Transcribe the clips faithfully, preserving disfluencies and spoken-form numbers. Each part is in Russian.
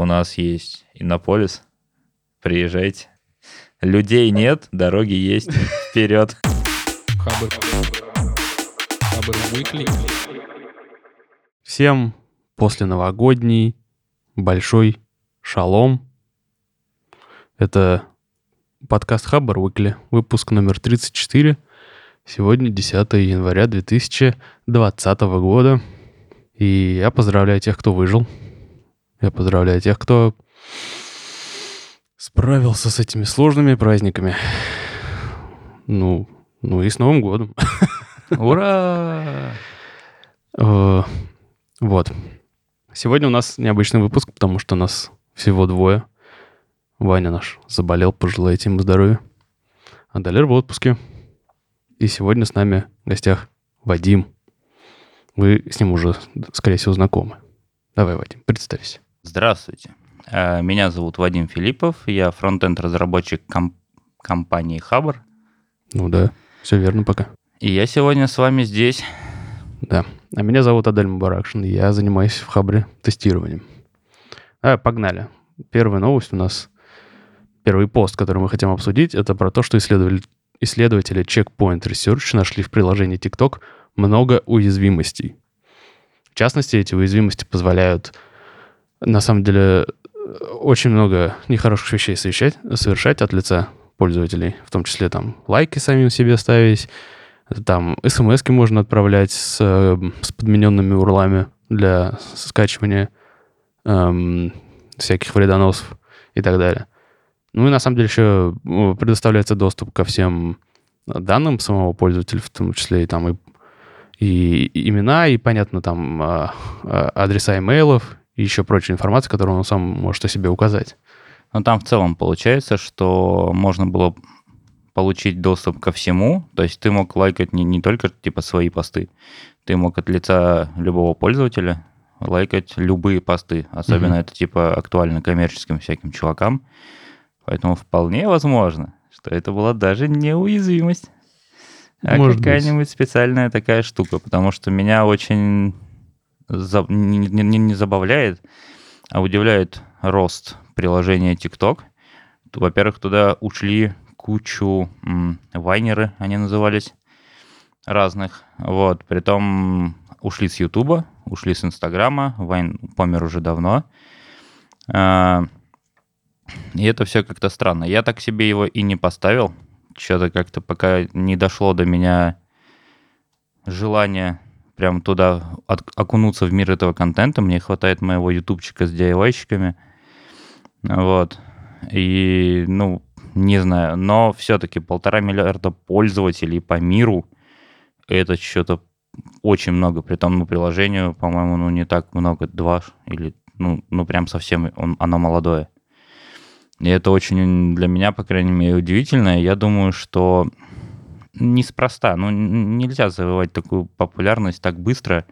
у нас есть Иннополис. Приезжайте. Людей нет, дороги есть. Вперед. Хабр. Хабр Weekly. Всем после новогодний большой шалом. Это подкаст Хабр Weekly, выпуск номер тридцать четыре. Сегодня десятое января две тысячи двадцатого года. И я поздравляю тех, кто выжил. Я поздравляю тех, кто справился с этими сложными праздниками. Ну, ну и с Новым годом. Ура! Вот. Сегодня у нас необычный выпуск, потому что нас всего двое. Ваня наш заболел, пожелайте ему здоровья. А Далер в отпуске. И сегодня с нами в гостях Вадим. Вы с ним уже, скорее всего, знакомы. Давай, Вадим, представься. Здравствуйте. Меня зовут Вадим Филиппов. Я фронтенд-разработчик комп- компании Хабр. Ну да, все верно пока. И я сегодня с вами здесь. Да. А меня зовут Адель Мубаракшин. Я занимаюсь в Хабре тестированием. А, погнали. Первая новость у нас. Первый пост, который мы хотим обсудить, это про то, что исследователи, исследователи Checkpoint Research нашли в приложении TikTok много уязвимостей. В частности, эти уязвимости позволяют, на самом деле, очень много нехороших вещей совершать, совершать от лица пользователей, в том числе там лайки самим себе ставить, там смс-ки можно отправлять с, с подмененными урлами для скачивания эм, всяких вредоносов и так далее. Ну и на самом деле еще предоставляется доступ ко всем данным самого пользователя, в том числе и там и, и, и имена, и, понятно, там адреса имейлов, и еще прочая информация, которую он сам может о себе указать. Но там в целом получается, что можно было получить доступ ко всему. То есть ты мог лайкать не, не только типа свои посты, ты мог от лица любого пользователя лайкать любые посты. Особенно mm-hmm. это типа актуально коммерческим всяким чувакам. Поэтому вполне возможно, что это была даже не уязвимость, а Может какая-нибудь быть. специальная такая штука. Потому что меня очень за... не, не, не забавляет, а удивляет рост приложения TikTok. Во-первых, туда ушли кучу м, вайнеры, они назывались, разных. Вот. Притом ушли с Ютуба, ушли с Инстаграма. Вайн помер уже давно. А, и это все как-то странно. Я так себе его и не поставил. Что-то как-то пока не дошло до меня желание прям туда от- окунуться в мир этого контента. Мне хватает моего ютубчика с ди ай вай-щиками. Вот. И, ну, не знаю, но все-таки полтора миллиарда пользователей по миру — это что-то очень много. При том, ну, приложению, по-моему, ну, не так много, два или, ну, ну прям совсем он, оно молодое. И это очень для меня, по крайней мере, удивительно. Я думаю, что неспроста. Ну, нельзя завоевать такую популярность так быстро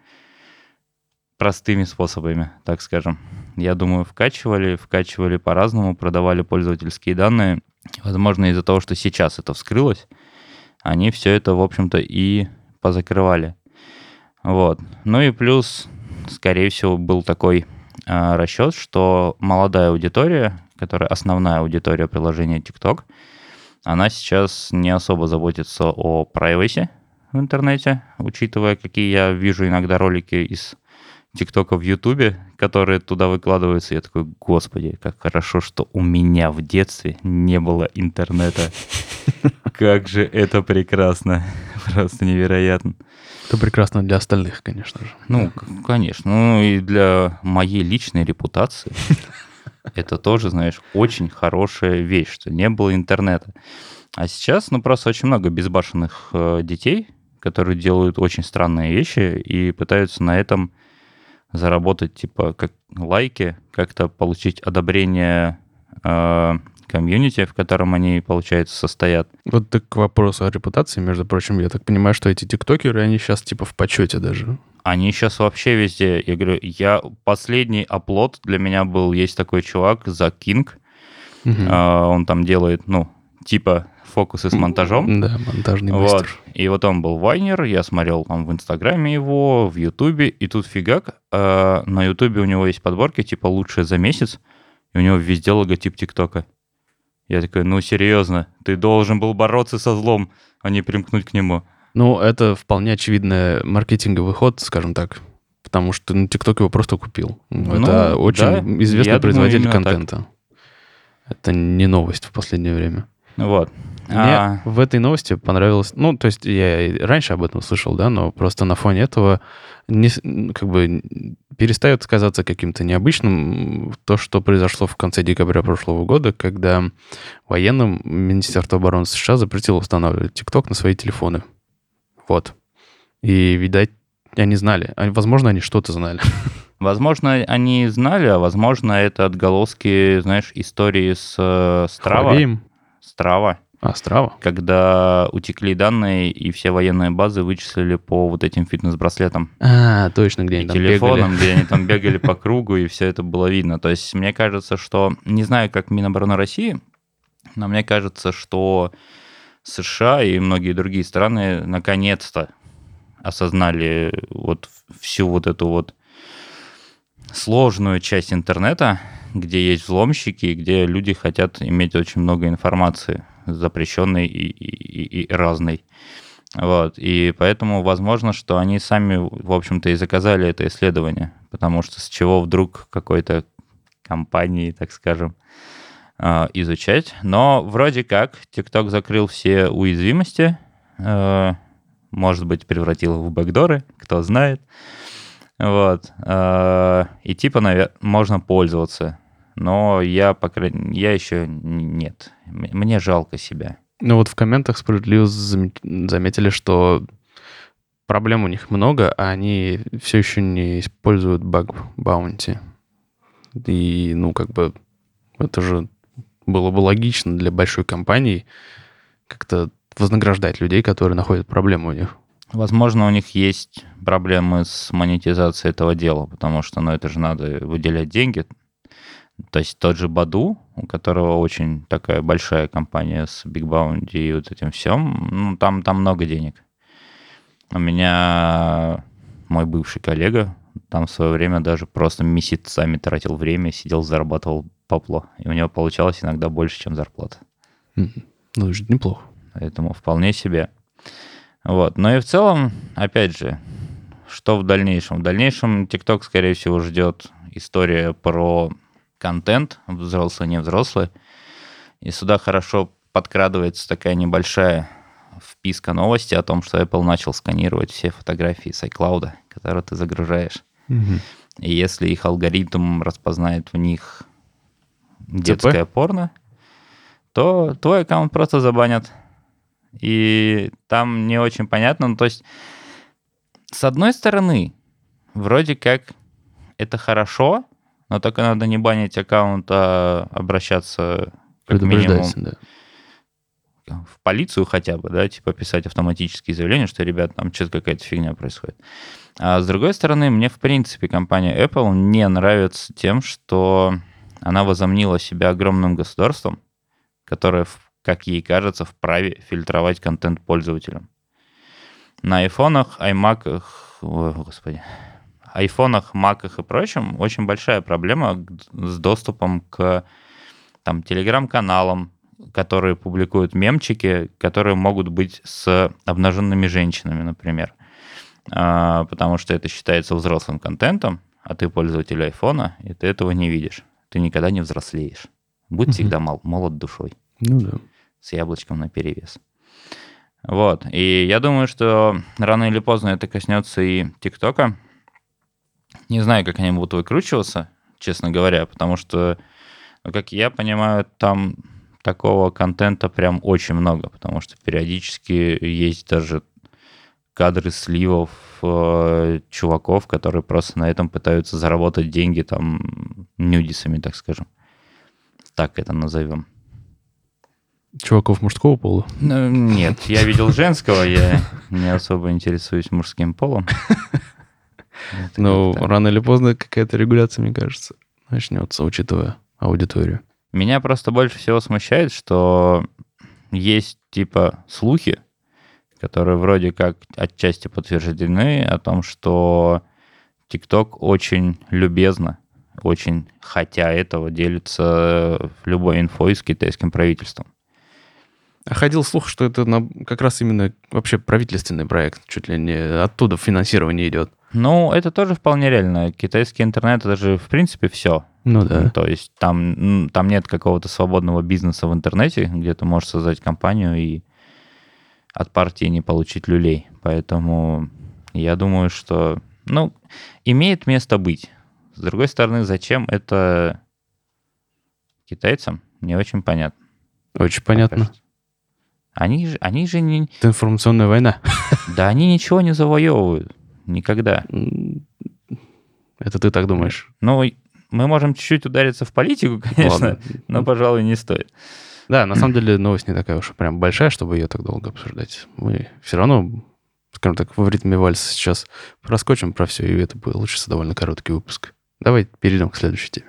простыми способами, так скажем. Я думаю, вкачивали, вкачивали по-разному, продавали пользовательские данные. Возможно, из-за того, что сейчас это вскрылось, они все это, в общем-то, и позакрывали. Вот. Ну и плюс, скорее всего, был такой э, расчет, что молодая аудитория, которая основная аудитория приложения TikTok, она сейчас не особо заботится о privacy в интернете, учитывая, какие я вижу иногда ролики из ТикТока в Ютубе, которые туда выкладываются. Я такой, господи, как хорошо, что у меня в детстве не было интернета. Как же это прекрасно. Просто невероятно. Это прекрасно для остальных, конечно же. Ну, конечно. Ну и для моей личной репутации это тоже, знаешь, очень хорошая вещь, что не было интернета. А сейчас, ну, просто очень много безбашенных э, детей, которые делают очень странные вещи и пытаются на этом заработать, типа, как лайки, как-то получить одобрение э, комьюнити, в котором они, получается, состоят. Вот так к вопросу о репутации, между прочим, я так понимаю, что эти тиктокеры, они сейчас типа в почете даже. Они сейчас вообще везде. Я говорю, я последний апплод для меня был, есть такой чувак, Зак Кинг. Угу. Э, он там делает, ну, типа фокусы с монтажом. Да, монтажный вот. мастер. И вот он был вайнер, я смотрел там в Инстаграме его, в Ютубе, и тут фигак, э, на Ютубе у него есть подборки, типа лучшие за месяц, и у него везде логотип ТикТока. Я такой, ну серьезно, ты должен был бороться со злом, а не примкнуть к нему. Ну, это вполне очевидный маркетинговый ход, скажем так, потому что ну, TikTok его просто купил. Ну, это очень да, известный я думаю, производитель именно контента. Это не новость в последнее время. Вот. Мне А, в этой новости понравилось... Ну, то есть я и раньше об этом слышал, да, но просто на фоне этого не, с- н- как бы перестает казаться каким-то необычным то, что произошло в конце декабря прошлого года, когда военным Министерство обороны США запретило устанавливать TikTok на свои телефоны. Вот. И, видать, они знали. А, Возможно, они что-то знали. возможно, они знали, а возможно, это отголоски, знаешь, истории с э, Strava. Huawei. Strava. А, Strava. Когда утекли данные, и все военные базы вычислили по вот этим фитнес-браслетам А, точно, где и они там телефонам, бегали. где они там бегали по кругу, и все это было видно. То есть мне кажется, что... Не знаю, как Минобороны России, но мне кажется, что США и многие другие страны наконец-то осознали вот всю вот эту вот сложную часть интернета, где есть взломщики, и где люди хотят иметь очень много информации, запрещенной и, и- и- и разной. Вот. И поэтому возможно, что они сами, в общем-то, и заказали это исследование, потому что с чего вдруг какой-то компании, так скажем, а, изучать. Но вроде как TikTok закрыл все уязвимости, э, может быть, превратил их в бэкдоры, кто знает. Вот. э, И типа, навер- можно пользоваться. Но я, по крайней я еще н- нет. М- Мне жалко себя. Ну вот в комментах справедливо зам- заметили, что проблем у них много, а они все еще не используют баг баунти. И, ну, как бы, это же было бы логично для большой компании как-то вознаграждать людей, которые находят проблемы у них. Возможно, у них есть проблемы с монетизацией этого дела, потому что, ну, это же надо выделять деньги. То есть тот же Баду, у которого очень такая большая компания с Big Bounty и вот этим всем, ну, там, там много денег. У меня мой бывший коллега там в свое время даже просто месяцами тратил время, сидел, зарабатывал бабло. И у него получалось иногда больше, чем зарплата. Мгм. Ну, это же неплохо. Поэтому вполне себе. Вот. Но и в целом, опять же, что в дальнейшем? В дальнейшем TikTok, скорее всего, ждет история про контент, взрослый, не взрослый. И сюда хорошо подкрадывается такая небольшая вписка новости о том, что Apple начал сканировать все фотографии с iCloud, которые ты загружаешь. И если их алгоритм распознает в них детское порно, то твой аккаунт просто забанят. И там не очень понятно. Ну, то есть, с одной стороны, вроде как это хорошо, но только надо не банить аккаунт, а обращаться как минимум Предупреждается, да. в полицию хотя бы, да, типа писать автоматические заявления, что, ребят, там что-то какая-то фигня происходит. А с другой стороны, мне, в принципе, компания Apple не нравится тем, что она возомнила себя огромным государством, которое, в- как ей кажется, вправе фильтровать контент пользователям. На айфонах, аймаках, ой, господи, айфонах, маках и прочем очень большая проблема г- с доступом к там телеграм-каналам, которые публикуют мемчики, которые могут быть с обнаженными женщинами, например. А, потому что это считается взрослым контентом, а ты пользователь айфона, и ты этого не видишь. Ты никогда не взрослеешь. Будь Мгм. всегда мол- молод душой, Ну да. с яблочком наперевес. Вот. И я думаю, что рано или поздно это коснется и ТикТока. Не знаю, как они будут выкручиваться, честно говоря, потому что, ну, как я понимаю, там такого контента прям очень много, потому что периодически есть даже кадры сливов э, чуваков, которые просто на этом пытаются заработать деньги там нюдисами, так скажем. Так это назовем. Чуваков мужского пола. Ну, нет, я видел женского, я не особо интересуюсь мужским полом. Это Но как-то- рано или поздно какая-то регуляция, мне кажется, начнется, учитывая аудиторию. Меня просто больше всего смущает, что есть типа слухи, которые вроде как отчасти подтверждены о том, что TikTok очень любезно очень, хотя этого, делится любой инфой с китайским правительством. А ходил слух, что это на, как раз именно вообще правительственный проект, чуть ли не оттуда финансирование идет. Ну, это тоже вполне реально. Китайский интернет — это же, в принципе, все. Ну да. То есть там, там нет какого-то свободного бизнеса в интернете, где ты можешь создать компанию и от партии не получить люлей. Поэтому я думаю, что, ну, имеет место быть. С другой стороны, зачем это китайцам, не очень понятно. Очень понятно. Они же, они же не... Это информационная война. Да они ничего не завоевывают. Никогда. Это ты так думаешь? Ну, мы можем чуть-чуть удариться в политику, конечно, Ладно. но, пожалуй, не стоит. Да, на самом деле новость не такая уж прям большая, чтобы ее так долго обсуждать. Мы все равно, скажем так, в ритме вальса сейчас проскочим про все, и это получится довольно короткий выпуск. Давай перейдем к следующей теме.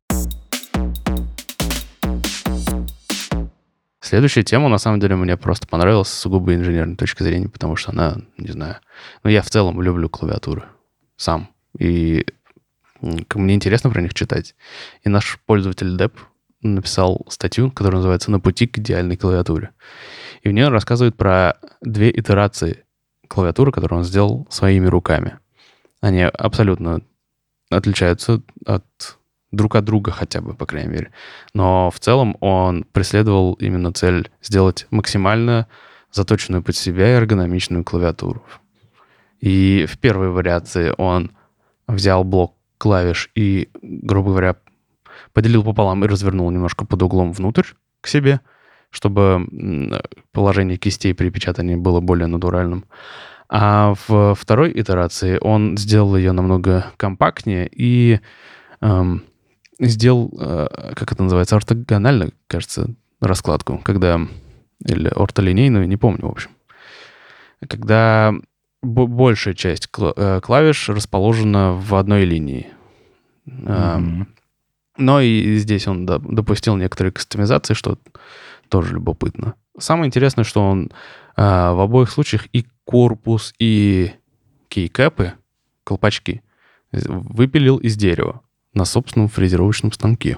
Следующая тема, на самом деле, мне просто понравилась с сугубо инженерной точки зрения, потому что она, не знаю... Ну, я в целом люблю клавиатуры сам. И мне интересно про них читать. И наш пользователь Деп написал статью, которая называется «На пути к идеальной клавиатуре». И в ней он рассказывает про две итерации клавиатуры, которые он сделал своими руками. Они абсолютно отличаются от... друг от друга хотя бы, по крайней мере. Но в целом он преследовал именно цель сделать максимально заточенную под себя и эргономичную клавиатуру. И в первой вариации он взял блок клавиш и, грубо говоря, поделил пополам и развернул немножко под углом внутрь к себе, чтобы положение кистей при печатании было более натуральным. А в второй итерации он сделал ее намного компактнее и... Эм, сделал, как это называется, ортогонально, кажется, раскладку, когда... Или ортолинейную, не помню, в общем. Когда б- большая часть кл- клавиш расположена в одной линии. Mm-hmm. Но и здесь он допустил некоторые кастомизации, что тоже любопытно. Самое интересное, что он в обоих случаях и корпус, и кейкэпы, колпачки, выпилил из дерева на собственном фрезеровочном станке.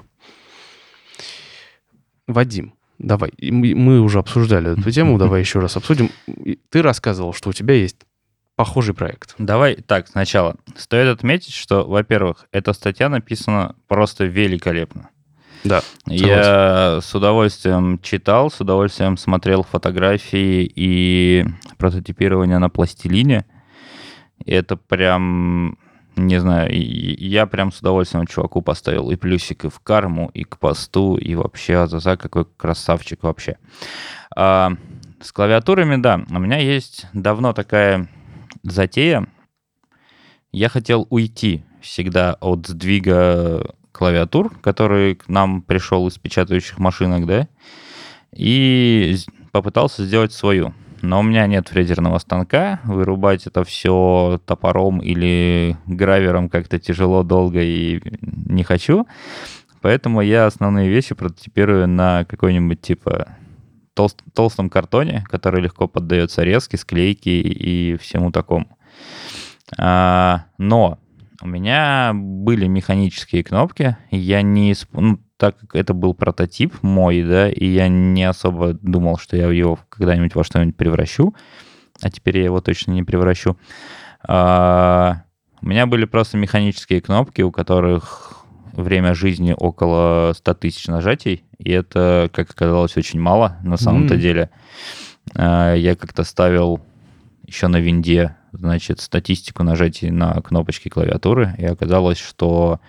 Вадим, давай. Мы уже обсуждали эту тему, давай еще раз обсудим. Ты рассказывал, что у тебя есть похожий проект. Давай так, сначала. Стоит отметить, что, во-первых, эта статья написана просто великолепно. Да. Я с удовольствием читал, с удовольствием смотрел фотографии и прототипирование на пластилине. Это прям... Не знаю, я прям с удовольствием чуваку поставил и плюсик и в карму, и к посту, и вообще Азаза какой красавчик вообще. А, с клавиатурами, да, у меня есть давно такая затея. Я хотел уйти всегда от сдвига клавиатур, который к нам пришел из печатающих машинок, да, и попытался сделать свою. Но у меня нет фрезерного станка, вырубать это все топором или гравером как-то тяжело, долго и не хочу. Поэтому я основные вещи прототипирую на какой-нибудь типа толст- толстом картоне, который легко поддается резке, склейке и всему такому. А, но у меня были механические кнопки, я не... Ну, так как это был прототип мой, да, и я не особо думал, что я его когда-нибудь во что-нибудь превращу, а теперь я его точно не превращу. А, у меня были просто механические кнопки, у которых время жизни около сто тысяч нажатий, и это, как оказалось, очень мало на самом-то mm. деле. А, я как-то ставил еще на винде, значит, статистику нажатий на кнопочки клавиатуры, и оказалось, что...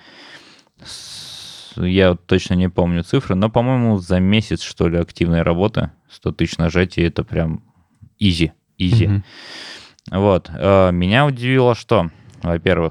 Я точно не помню цифры, но, по-моему, за месяц, что ли, активной работы сто тысяч нажатий — это прям изи, изи. Mm-hmm. Вот. Меня удивило, что, во-первых,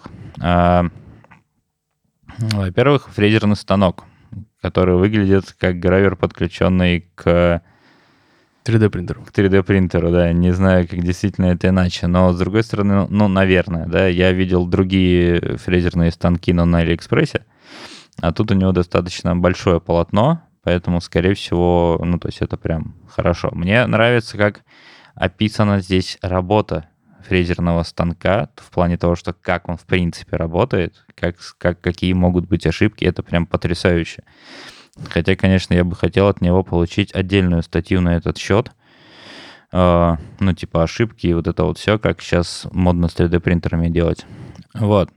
во-первых, фрезерный станок, который выглядит как гравер, подключенный к три дэ принтеру. К три дэ принтеру, да. Не знаю, как действительно это иначе, но, с другой стороны, ну, наверное, да, я видел другие фрезерные станки, но на Алиэкспрессе. А тут у него достаточно большое полотно, поэтому, скорее всего, ну, то есть это прям хорошо. Мне нравится, как описана здесь работа фрезерного станка в плане того, что как он в принципе работает, как, как, какие могут быть ошибки, это прям потрясающе. Хотя, конечно, я бы хотел от него получить отдельную статью на этот счет. Uh, ну, типа ошибки и вот это вот все, как сейчас модно с три дэ-принтерами делать. Вот.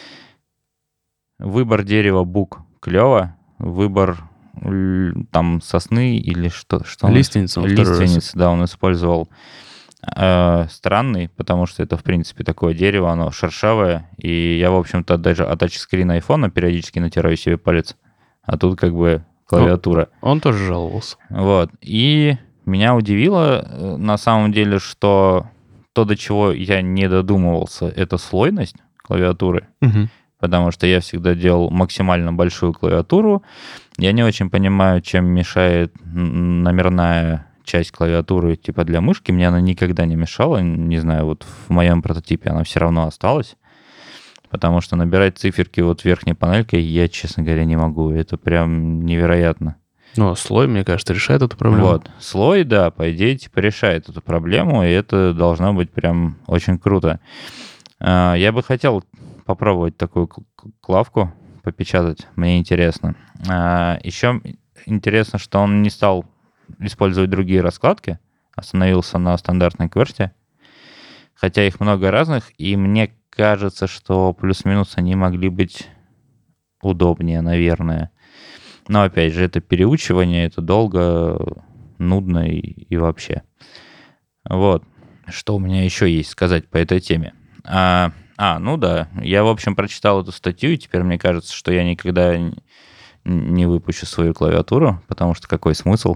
Выбор дерева бук клево. Выбор там сосны или что? что Лиственница. Лиственница, да, он использовал uh, странный, потому что это, в принципе, такое дерево, оно шершавое. И я, в общем-то, даже от тачскрина айфона периодически натираю себе палец. А тут как бы клавиатура. Он, он тоже жаловался. Вот. И меня удивило, на самом деле, что то, до чего я не додумывался, это слойность клавиатуры, угу. потому что я всегда делал максимально большую клавиатуру. Я не очень понимаю, чем мешает номерная часть клавиатуры типа для мышки. Мне она никогда не мешала, не знаю, вот в моем прототипе она все равно осталась, потому что набирать циферки вот верхней панелькой я, честно говоря, не могу. Это прям невероятно. Ну, слой, мне кажется, решает эту проблему. Вот. Слой, да, по идее, типа решает эту проблему, и это должно быть прям очень круто. Я бы хотел попробовать такую клавку попечатать, мне интересно. Еще интересно, что он не стал использовать другие раскладки, остановился на стандартной кверте, хотя их много разных, и мне кажется, что плюс-минус они могли быть удобнее, наверное. Но, опять же, это переучивание, это долго, нудно и, и вообще. Вот. Что у меня еще есть сказать по этой теме? А, а, ну да, я, в общем, прочитал эту статью, и теперь мне кажется, что я никогда не выпущу свою клавиатуру, потому что какой смысл?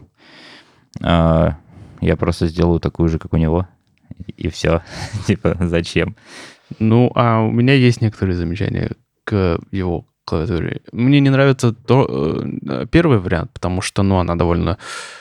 А, я просто сделаю такую же, как у него, и все. Типа, зачем? Ну, а у меня есть некоторые замечания к его клавиатуре. Мне не нравится то, э, первый вариант, потому что, ну, она довольно...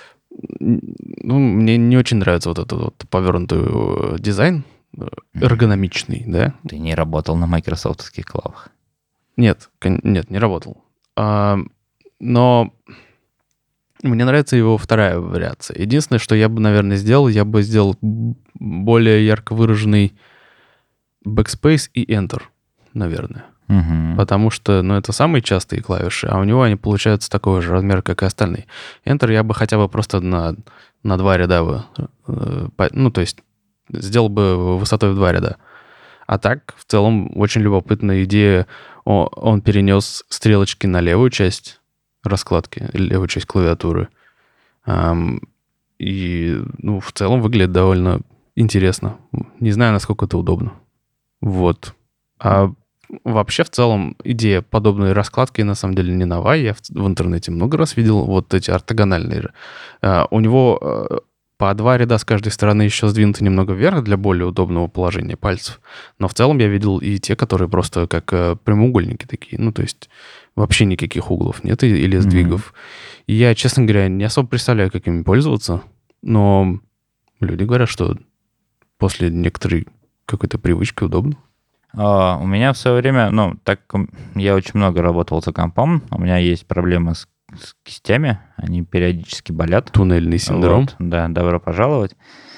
Ну, мне не очень нравится вот этот вот повернутый дизайн, эргономичный, да? Ты не работал на майкрософтовских клавах? Нет, нет, не работал. А, но мне нравится его вторая вариация. Единственное, что я бы, наверное, сделал, я бы сделал более ярко выраженный Backspace и Enter, наверное. Угу. Потому что, ну, это самые частые клавиши, а у него они получаются такого же размера, как и остальные. Enter я бы хотя бы просто на, на два ряда, бы, э, по, ну, то есть сделал бы высотой в два ряда. А так, в целом, очень любопытная идея. О, он перенес стрелочки на левую часть раскладки, левую часть клавиатуры. Эм, и, ну, в целом выглядит довольно интересно. Не знаю, насколько это удобно. Вот. А вообще, в целом, идея подобной раскладки на самом деле не новая. Я в, в интернете много раз видел вот эти ортогональные. А, у него а, по два ряда с каждой стороны еще сдвинуты немного вверх для более удобного положения пальцев. Но в целом я видел и те, которые просто как а, прямоугольники такие. Ну, то есть вообще никаких углов нет или сдвигов. Mm-hmm. И я, честно говоря, не особо представляю, как ими пользоваться. Но люди говорят, что после некоторой какой-то привычки удобно. Uh, у меня в свое время, ну, так я очень много работал за компом, у меня есть проблемы с, с кистями, они периодически болят. Туннельный синдром. Вот, да, добро пожаловать.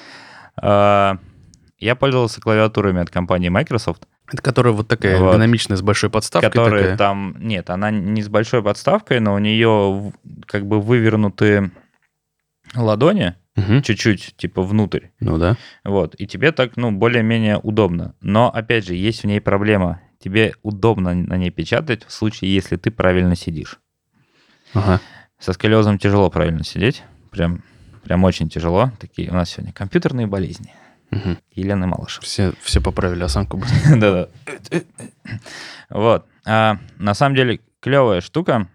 Uh, я пользовался клавиатурами от компании Microsoft. Это которая вот такая вот, эргономичная, с большой подставкой? Которая такая? там... Нет, она не с большой подставкой, но у нее как бы вывернуты ладони, угу. чуть-чуть, типа, внутрь. Ну да. Вот, и тебе так, ну, более-менее удобно. Но, опять же, есть в ней проблема. Тебе удобно на ней печатать в случае, если ты правильно сидишь. Ага. Со сколиозом тяжело правильно сидеть. Прям, прям очень тяжело. Такие у нас сегодня компьютерные болезни. Угу. Елены Малышев. Все, все поправили осанку. Да-да. Вот. На самом деле, клевая штука,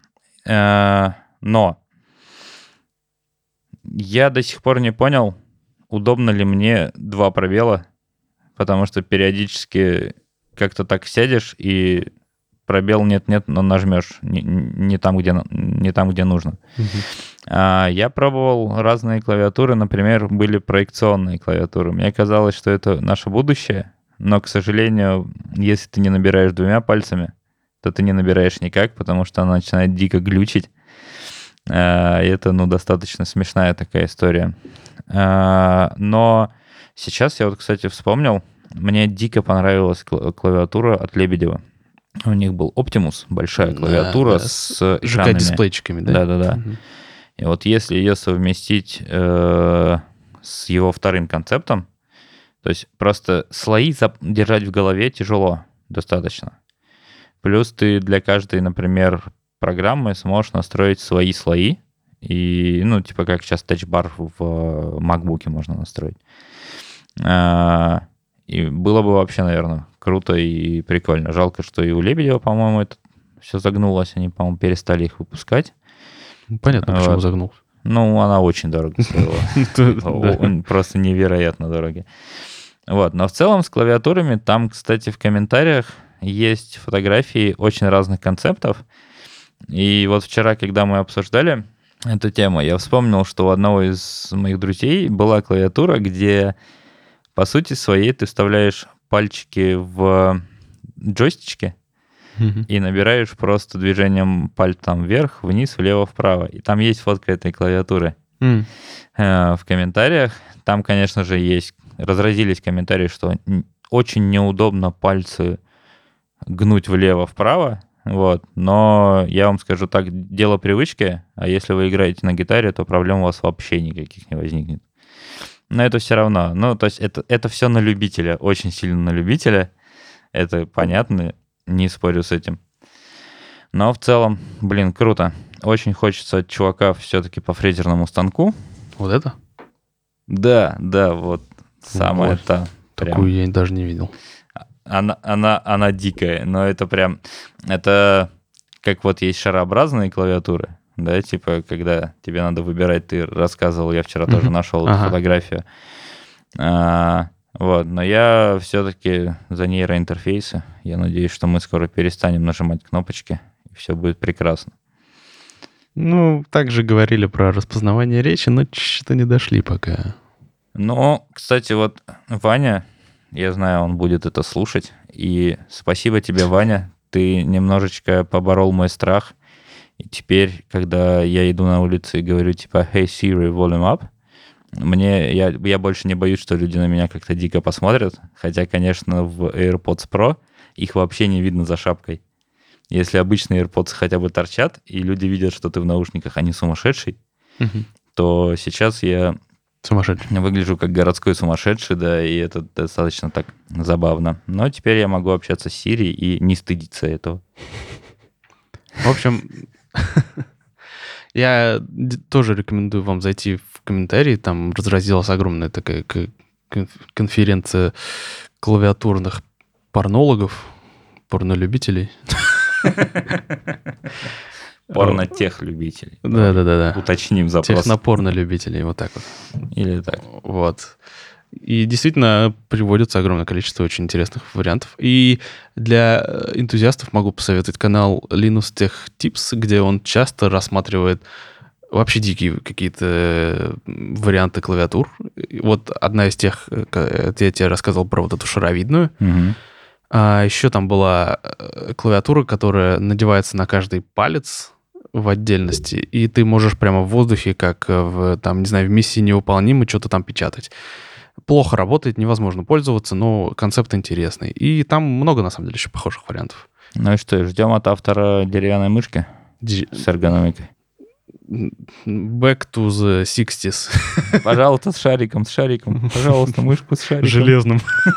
но я до сих пор не понял, удобно ли мне два пробела, потому что периодически как-то так сядешь, и пробел нет-нет, но нажмешь не, не, там, где, не там, где нужно. Uh-huh. А, я пробовал разные клавиатуры, например, были проекционные клавиатуры. Мне казалось, что это наше будущее, но, к сожалению, если ты не набираешь двумя пальцами, то ты не набираешь никак, потому что она начинает дико глючить. Uh, это, ну, достаточно смешная такая история. Uh, но сейчас я вот, кстати, вспомнил, мне дико понравилась кла- клавиатура от Лебедева. У них был Optimus, большая клавиатура Да, да, с Ж экранами. К-дисплейчиками, да? Да-да-да. Мгм. И вот если ее совместить э, с его вторым концептом, то есть просто слои зап- держать в голове тяжело достаточно. Плюс ты для каждой, например, программы сможешь настроить свои слои. И, ну, типа как сейчас тачбар в MacBook можно настроить. А, И было бы вообще, наверное, круто и прикольно. Жалко, что и у Лебедева, по-моему, это все загнулось. Они, по-моему, перестали их выпускать. Ну, Понятно, почему Вот. загнулся. Ну, она очень дорого стоила. Типа, Да. он Просто невероятно дорогие. Вот. Но в целом с клавиатурами там, кстати, в комментариях есть фотографии очень разных концептов. И вот вчера, когда мы обсуждали эту тему, я вспомнил, что у одного из моих друзей была клавиатура, где, по сути своей, ты вставляешь пальчики в джойстички Мгм. и набираешь просто движением пальцем вверх, вниз, влево, вправо. И там есть фотка этой клавиатуры М. э, в комментариях. Там, конечно же, есть... Разразились комментарии, что н- очень неудобно пальцы гнуть влево-вправо. Вот. Но я вам скажу так, дело привычки, а если вы играете на гитаре, то проблем у вас вообще никаких не возникнет. Но это все равно. Ну, то есть это, это все на любителя, очень сильно на любителя. Это понятно, не спорю с этим. Но в целом, блин, круто. Очень хочется от чувака все-таки по фрезерному станку. Вот это? Да, да, вот самое Вот. то. Прям. Такую я даже не видел. Она, она, она дикая, но это прям... Это как вот есть шарообразные клавиатуры, да, типа, когда тебе надо выбирать, ты рассказывал, я вчера тоже Мгм. нашел эту Ага. фотографию. А, вот, но я все-таки за нейроинтерфейсы. Я надеюсь, что мы скоро перестанем нажимать кнопочки, и все будет прекрасно. Ну, также говорили про распознавание речи, но что-то не дошли пока. Но, кстати, вот Ваня, я знаю, он будет это слушать, и спасибо тебе, Ваня, ты немножечко поборол мой страх, и теперь, когда я иду на улице и говорю типа «Hey Siri, volume up», мне, я, я больше не боюсь, что люди на меня как-то дико посмотрят, хотя, конечно, в AirPods Pro их вообще не видно за шапкой. Если обычные AirPods хотя бы торчат, и люди видят, что ты в наушниках, а не сумасшедший, Мгм. то сейчас я Сумасшедший. выгляжу как городской сумасшедший, да, и это достаточно так забавно. Но теперь я могу общаться с Siri и не стыдиться этого. В общем, я д- тоже рекомендую вам зайти в комментарии. Там разразилась огромная такая к- конф- конференция клавиатурных порнологов, порнолюбителей. Порно-тех-любителей. Да-да-да. Уточним запрос. Технопорнолюбителей, вот так вот. Или так. Вот. И действительно приводится огромное количество очень интересных вариантов. И для э, энтузиастов могу посоветовать канал Linus Tech Tips, где он часто рассматривает вообще дикие какие-то э, варианты клавиатур. И вот одна из тех, э, ка- это я тебе рассказывал про вот эту шаровидную. Мгм. А еще там была э, клавиатура, которая надевается на каждый палец в отдельности, и ты можешь прямо в воздухе, как э, в, там, не знаю, в миссии невыполнимой, что-то там печатать. Плохо работает, невозможно пользоваться, но концепт интересный. И там много, на самом деле, еще похожих вариантов. Ну и что, ждем от автора деревянной мышки Ди- с эргономикой. Back to the sixties. Пожалуйста, с шариком, с шариком. Пожалуйста, мышку с шариком. Железным.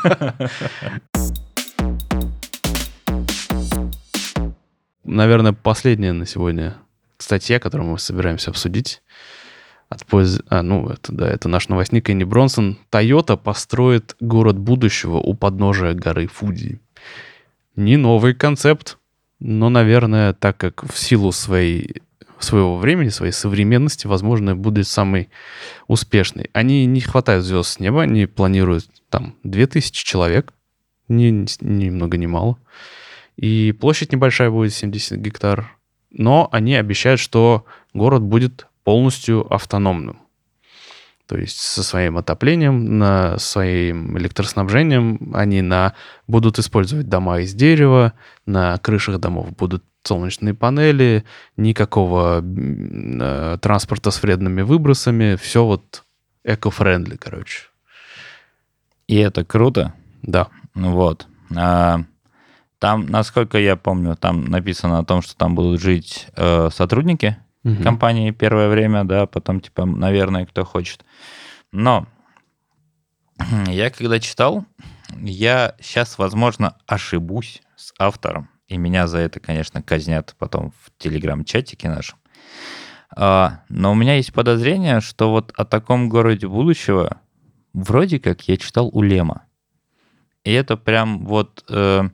Наверное, последняя на сегодня статья, которую мы собираемся обсудить. От поз... А, ну, это, да, это наш новостник Энни Бронсон. Toyota построит город будущего у подножия горы Фудзи. Не новый концепт, но, наверное, так как в силу своей, своего времени, своей современности, возможно, будет самый успешный. Они не хватают звезд с неба, они планируют там две тысячи человек, ни, ни много ни мало. И площадь небольшая будет, семьдесят гектар. Но они обещают, что город будет полностью автономным. То есть со своим отоплением, на своим электроснабжением они на, будут использовать дома из дерева, на крышах домов будут солнечные панели, никакого э, транспорта с вредными выбросами, все вот эко-френдли, короче. И это круто. Да. Вот. А, там, насколько я помню, там написано о том, что там будут жить э, сотрудники Мгм. компании первое время, да, потом, типа, наверное, кто хочет. Но я когда читал, я сейчас, возможно, ошибусь с автором, и меня за это, конечно, казнят потом в телеграм-чатике нашем. А, но у меня есть подозрение, что вот о таком городе будущего вроде как я читал у Лема. И это прям вот э,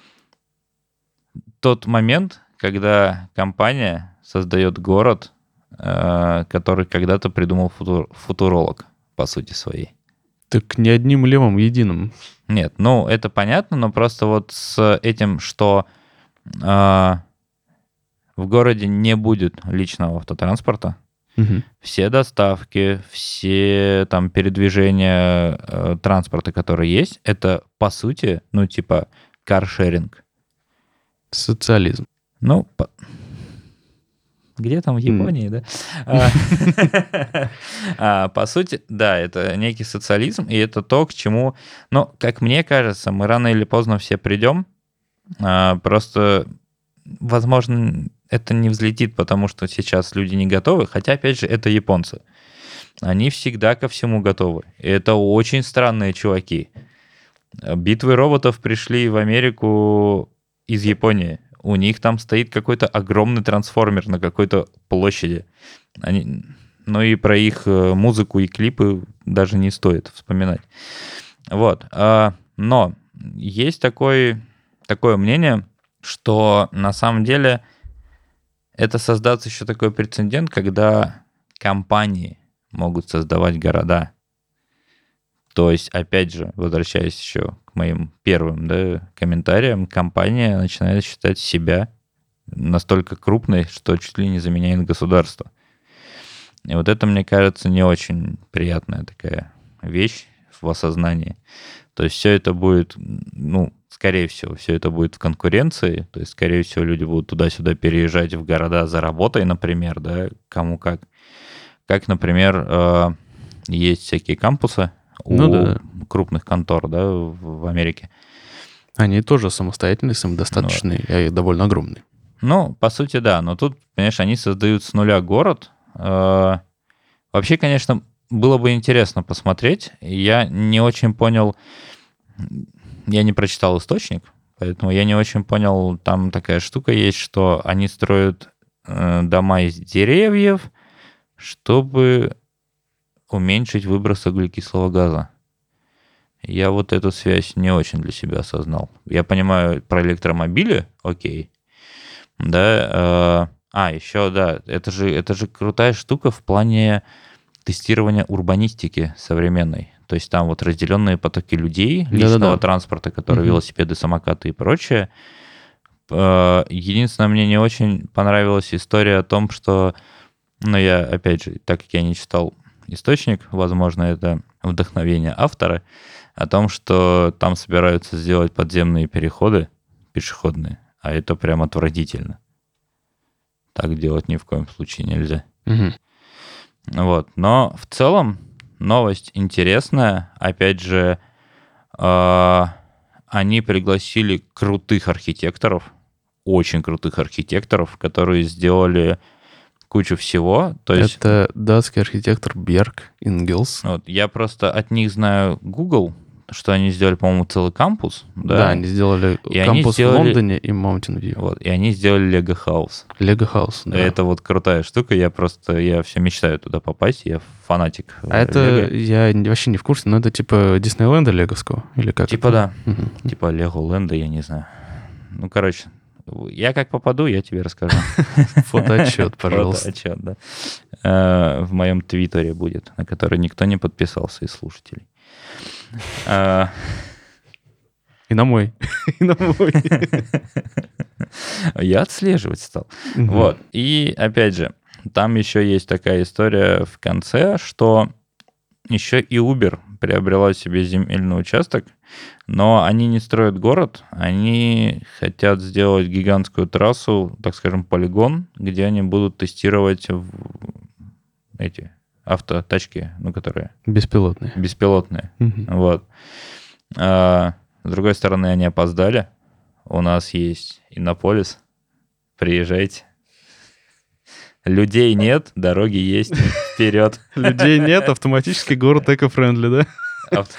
тот момент, когда компания создает город, э, который когда-то придумал футур- футуролог, по сути своей. Так не одним лемом единым. Нет, ну это понятно, но просто вот с этим, что э, в городе не будет личного автотранспорта, Мгм. все доставки, все там передвижения э, транспорта, которые есть, это по сути, ну типа каршеринг. Социализм. Ну, по- где там в Японии, да? А, а, По сути, да, это некий социализм, и это то, к чему, ну, как мне кажется, мы рано или поздно все придем. А, Просто, возможно, это не взлетит, потому что сейчас люди не готовы, хотя, опять же, это японцы. Они всегда ко всему готовы. И это очень странные чуваки. Битвы роботов пришли в Америку из Японии. У них там стоит какой-то огромный трансформер на какой-то площади. Они... Ну и про их э, музыку и клипы даже не стоит вспоминать. Вот. А, Но есть такой, такое мнение, что на самом деле это создаст еще такой прецедент, когда компании могут создавать города. То есть, опять же, возвращаясь еще к моим первым, да, комментариям, компания начинает считать себя настолько крупной, что чуть ли не заменяет государство. И вот это, мне кажется, не очень приятная такая вещь в осознании. То есть все это будет, ну, скорее всего, все это будет в конкуренции. То есть, скорее всего, люди будут туда-сюда переезжать в города за работой, например, да, кому как. Как, например, э, есть всякие кампусы у Ну да. крупных контор, да, в в Америке. Они тоже самостоятельные, самодостаточные и довольно огромные. Ну, по сути, да. Но тут, конечно, они создают с нуля город. Э, Вообще, конечно, было бы интересно посмотреть. Я не очень понял, я не прочитал источник, поэтому я не очень понял, там такая штука есть, что они строят э, дома из деревьев, чтобы уменьшить выброс углекислого газа. Я вот эту связь не очень для себя осознал. Я понимаю про электромобили, окей. Да. э, А, еще, да, это же, это же крутая штука в плане тестирования урбанистики современной. То есть там вот разделенные потоки людей, личного Да-да-да. транспорта, которые Мгм. велосипеды, самокаты и прочее. Э, Единственное, мне не очень понравилась история о том, что, ну, я, опять же, так как я не читал источник, возможно, это вдохновение автора, о том, что там собираются сделать подземные переходы пешеходные, а это прям отвратительно. Так делать ни в коем случае нельзя. Мгм. Вот. Но в целом новость интересная. Опять же, э, они пригласили крутых архитекторов, очень крутых архитекторов, которые сделали кучу всего. То есть, Это датский архитектор Бьерк Ингелс. вот, я просто от них знаю Google, что они сделали, по-моему, целый кампус. Да, Да, они сделали И они кампус сделали- в Лондоне и Mountain View. Вот. И они сделали Лего Хаус. Лего Хаус, да. Это вот крутая штука. Я просто, я все мечтаю туда попасть. Я фанатик А это Лего. я не- вообще не в курсе, но это типа Диснейленда леговского? Или как? Типа это? да. Мгм. Типа Леголенда, я не знаю. Ну, короче, я как попаду, я тебе расскажу. Фотоотчет, пожалуйста. Фотоотчет, да. Э, В моем твиттере будет, на который никто не подписался из слушателей. Э, И на мой. И на мой. Я отслеживать стал. Мгм. Вот. И опять же, там еще есть такая история в конце, что еще и Uber приобрела себе земельный участок, но они не строят город, они хотят сделать гигантскую трассу, так скажем, полигон, где они будут тестировать в- эти автотачки, ну, которые Беспилотные. беспилотные. Мгм. Вот. А, С другой стороны, они опоздали. У нас есть Иннополис. Приезжайте. Людей нет, дороги есть. Вперед. Людей нет, автоматически город эко-френдли, да? Авто-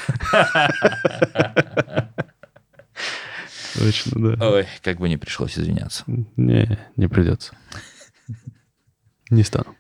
Точно, да. Ой, как бы не пришлось извиняться. Не, не придется. Не стану.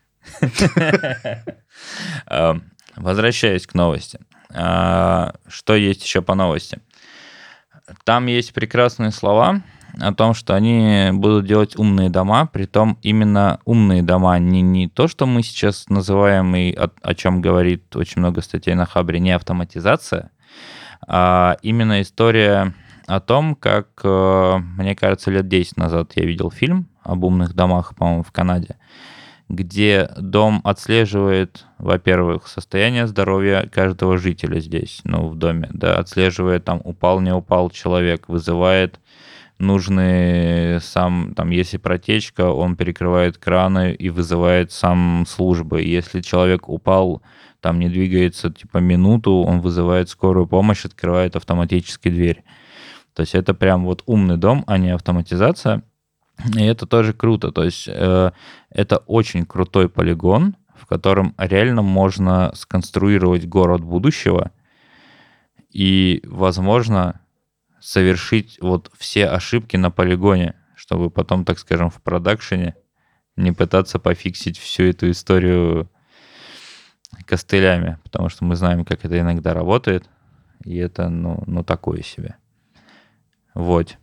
А, Возвращаясь к новости. А, Что есть еще по новости? Там есть прекрасные слова о том, что они будут делать умные дома, притом именно умные дома, не, не то, что мы сейчас называем и о, о чем говорит очень много статей на Хабре, не автоматизация, а именно история о том, как, э, мне кажется, лет десять назад я видел фильм об умных домах, по-моему, в Канаде, где дом отслеживает, во-первых, состояние здоровья каждого жителя здесь, ну, в доме, да, отслеживает, там, упал, не упал человек, вызывает нужные сам, там, если протечка, он перекрывает краны и вызывает сам службы. Если человек упал, там, не двигается, типа, минуту, он вызывает скорую помощь, открывает автоматически дверь. То есть это прям вот умный дом, а не автоматизация. И это тоже круто. То есть э, это очень крутой полигон, в котором реально можно сконструировать город будущего и, возможно, совершить вот все ошибки на полигоне, чтобы потом, так скажем, в продакшене не пытаться пофиксить всю эту историю костылями, потому что мы знаем, как это иногда работает, и это, ну, ну такое себе. Вот.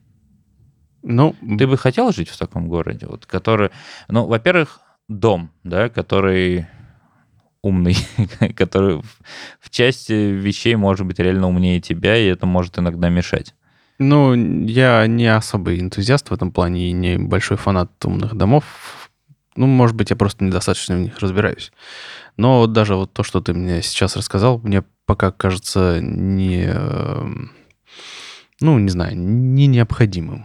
Ну, Ты бы хотел жить в таком городе, вот, который, ну, во-первых, дом, да, который умный, который в, в части вещей может быть реально умнее тебя, и это может иногда мешать. ну, я не особый энтузиаст в этом плане и не большой фанат умных домов. Ну, может быть, я просто недостаточно в них разбираюсь. Но вот даже вот то, что ты мне сейчас рассказал, мне пока кажется не, э, ну, не знаю, не необходимым.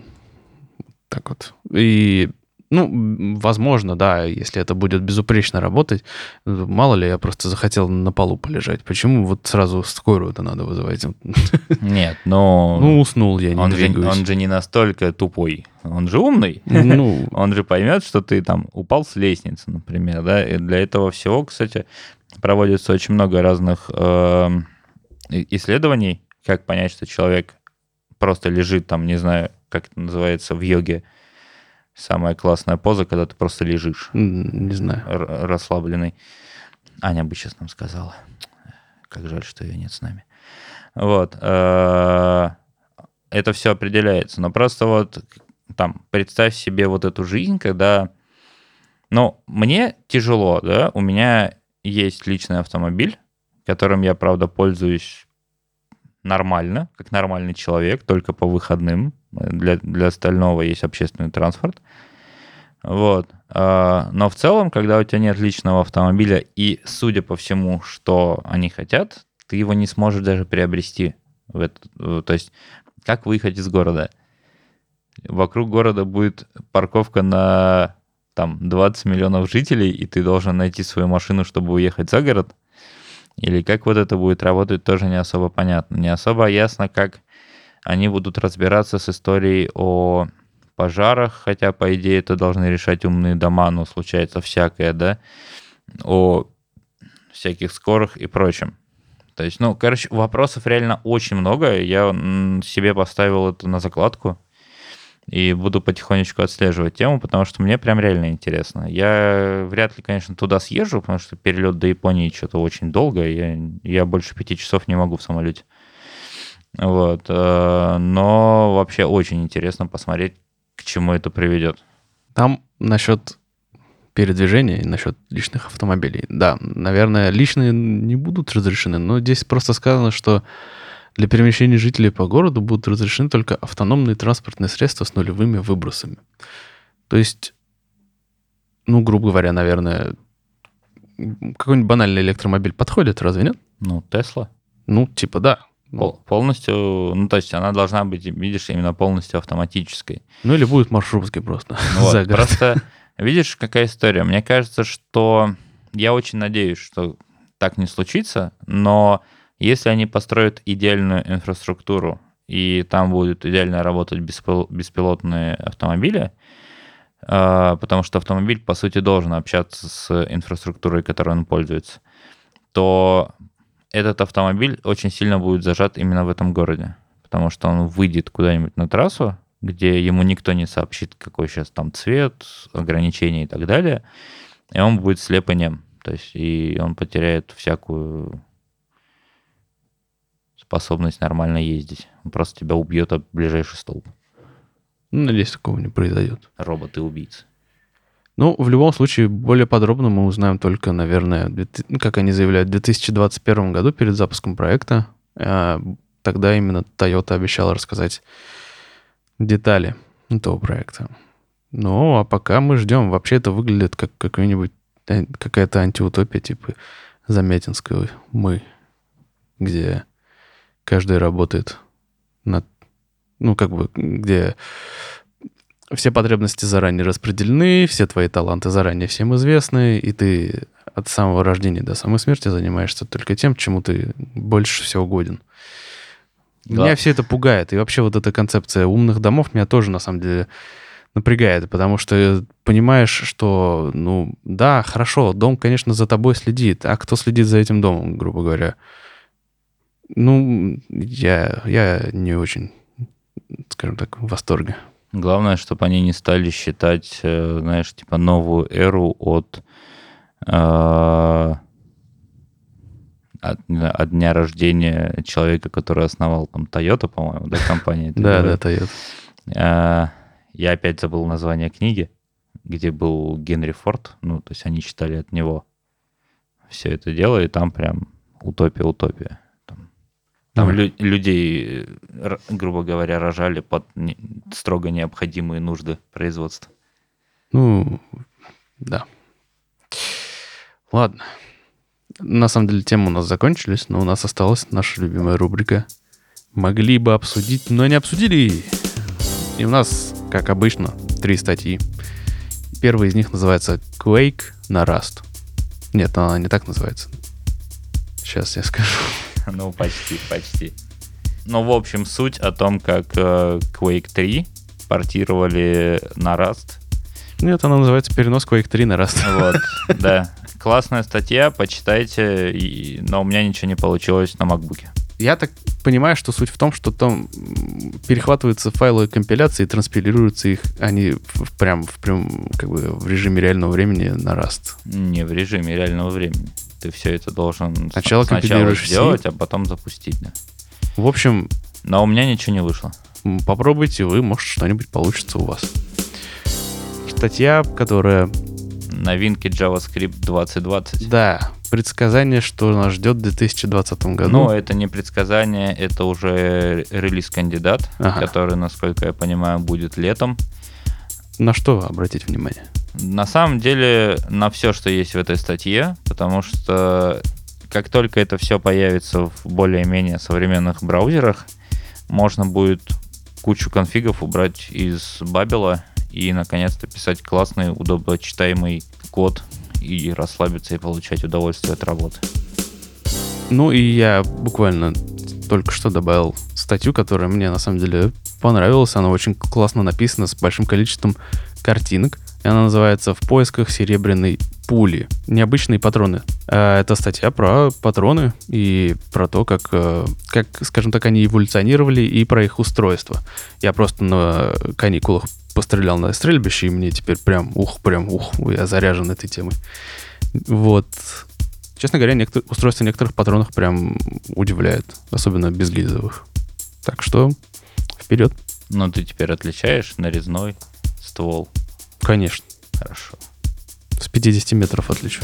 Так вот. И, ну, возможно, да, если это будет безупречно работать, мало ли, я просто захотел на полу полежать. Почему вот сразу скорую-то надо вызывать? Нет, но Ну, уснул я, не он, же, двигаюсь. он же не настолько тупой, он же умный. Ну, Он же поймет, что ты там упал с лестницы, например, да, и для этого всего, кстати, проводится очень много разных э, исследований, как понять, что человек просто лежит там, не знаю, как это называется в йоге, самая классная поза, когда ты просто лежишь, м, не знаю. р- расслабленный. Аня бы сейчас нам сказала. Как жаль, что ее нет с нами. Вот. э, Это все определяется. Но просто вот там представь себе вот эту жизнь, когда... Ну, мне тяжело, да, у меня есть личный автомобиль, которым я, правда, пользуюсь нормально, как нормальный человек, только по выходным. Для, для остального есть общественный транспорт. Вот. А, Но в целом, когда у тебя нет личного автомобиля, и, судя по всему, что они хотят, ты его не сможешь даже приобрести. В эту, то есть, как выехать из города? Вокруг города будет парковка на там, двадцать миллионов жителей, и ты должен найти свою машину, чтобы уехать за город. Или как вот это будет работать, тоже не особо понятно. Не особо ясно, как они будут разбираться с историей о пожарах, хотя, по идее, это должны решать умные дома, но случается всякое, да, о всяких скорых и прочем. То есть, ну, короче, вопросов реально очень много. Я м, себе поставил это на закладку и буду потихонечку отслеживать тему, потому что мне прям реально интересно. Я вряд ли, конечно, туда съезжу, потому что перелет до Японии что-то очень долго. Я, я больше пяти часов не могу в самолете. Вот. э, Но вообще очень интересно посмотреть, к чему это приведет. Там насчет передвижения и насчет личных автомобилей. Да, наверное, личные не будут разрешены, но здесь просто сказано, что для перемещения жителей по городу будут разрешены только автономные транспортные средства с нулевыми выбросами. То есть, ну, грубо говоря, наверное, какой-нибудь банальный электромобиль подходит, разве нет? Ну, Тесла Ну, типа, да. пол- полностью, ну, то есть она должна быть, видишь, именно полностью автоматической. Ну, или будет маршрутки просто Вот, за город. просто видишь, какая история. Мне кажется, что я очень надеюсь, что так не случится, но если они построят идеальную инфраструктуру и там будут идеально работать беспил- беспилотные автомобили, а, потому что автомобиль, по сути, должен общаться с инфраструктурой, которой он пользуется, то этот автомобиль очень сильно будет зажат именно в этом городе, потому что он выйдет куда-нибудь на трассу, где ему никто не сообщит, какой сейчас там цвет, ограничения и так далее, и он будет слеп и нем. То есть и он потеряет всякую способность нормально ездить. Он просто тебя убьет об ближайший столб. Ну, надеюсь, такого не произойдет. Роботы-убийцы. Ну, в любом случае, более подробно мы узнаем только, наверное, две ты- ну, как они заявляют, в две тысячи двадцать первом году перед запуском проекта. А, Тогда именно Toyota обещала рассказать детали этого проекта. Ну, а пока мы ждем. Вообще это выглядит как какой-нибудь, э, какая-то антиутопия, типа Замятинского «Мы», где каждый работает над... Ну, как бы, где все потребности заранее распределены, все твои таланты заранее всем известны, и ты от самого рождения до самой смерти занимаешься только тем, чему ты больше всего годен. Да. Меня все это пугает. И вообще вот эта концепция умных домов меня тоже, на самом деле, напрягает, потому что понимаешь, что, ну, да, хорошо, дом, конечно, за тобой следит, а кто следит за этим домом, грубо говоря? Ну, я, я не очень, скажем так, в восторге. Главное, чтобы они не стали считать, э, знаешь, типа новую эру от, э, от, не знаю, от дня рождения человека, который основал там Toyota, по-моему, да, компания. это Да, говорит. да, Toyota. Э, Я опять забыл название книги, где был Генри Форд. Ну, то есть они читали от него все это дело, и там прям утопия-утопия. Там, там Ага. лю- людей, э, р- грубо говоря, рожали под не- строго необходимые нужды производства. Ну, да. Ладно. На самом деле темы у нас закончились, но у нас осталась наша любимая рубрика «Могли бы обсудить, но не обсудили». И у нас, как обычно, три статьи. Первая из них называется «Quake на Rust». Нет, она не так называется. Сейчас я скажу. Ну, почти, почти. Ну, в общем, суть о том, как э, Quake три портировали на Rust. Нет, она называется «Перенос Quake три на Rust». Вот, да. Классная статья, почитайте, и- но у меня ничего не получилось на макбуке. Я так понимаю, что суть в том, что там м, перехватываются файлы компиляции и транспилируются их, они в- прям в, прям, как бы в режиме реального времени на Rust. Не в режиме реального времени. Ты все это должен с- Сначала сначала компилируешь в C. сделать, а потом запустить, да. В общем, Но у меня ничего не вышло. м, попробуйте вы, может, что-нибудь получится у вас. Статья, которая... Новинки JavaScript двадцать двадцать. Да, предсказание, что нас ждет в две тысячи двадцатом году. Но это не предсказание, это уже релиз-кандидат, Ага. который, насколько я понимаю, будет летом. На что обратить внимание? На самом деле, на все, что есть в этой статье, потому что как только это все появится в более-менее современных браузерах, можно будет кучу конфигов убрать из Бабела и, наконец-то, писать классный, удобочитаемый код и расслабиться и получать удовольствие от работы. Ну и я буквально только что добавил статью, которая мне на самом деле понравилась. Она очень классно написана, с большим количеством картинок. И она называется «В поисках серебряной пули. Необычные патроны». А это статья про патроны и про то, как, э, как, скажем так, они эволюционировали, и про их устройство. Я просто на каникулах пострелял на стрельбище, и мне теперь прям, ух, прям, ух, я заряжен этой темой. Вот. Честно говоря, некотор... устройство некоторых патронов прям удивляет, особенно безгильзовых. Так что вперед. Но ты теперь отличаешь нарезной ствол. Конечно. Хорошо. С пятидесяти метров отличу.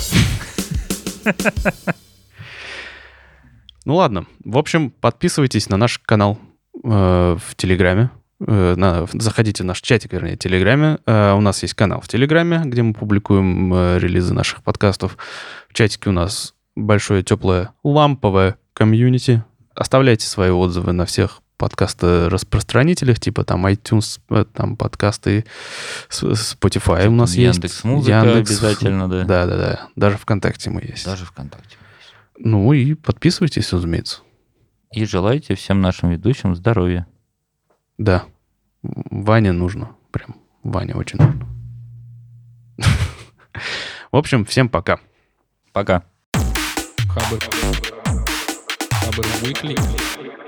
Ну ладно. В общем, подписывайтесь на наш канал э, в Телеграме. Э, на, заходите в наш чатик, вернее, в Телеграме. Э, у нас есть канал в Телеграме, где мы публикуем э, релизы наших подкастов. В чатике у нас большое, теплое, ламповое комьюнити. Оставляйте свои отзывы на всех подкасты-распространителях, типа там iTunes, э, там подкасты, с- Spotify у нас есть. Яндекс.Музыка обязательно, да. Да-да-да. Даже ВКонтакте мы есть. Даже ВКонтакте. Ну и подписывайтесь, разумеется. И желайте всем нашим ведущим здоровья. Да. Ване нужно. Прям Ване очень нужно. В общем, всем пока. Пока. Хабр. Хабр Weekly.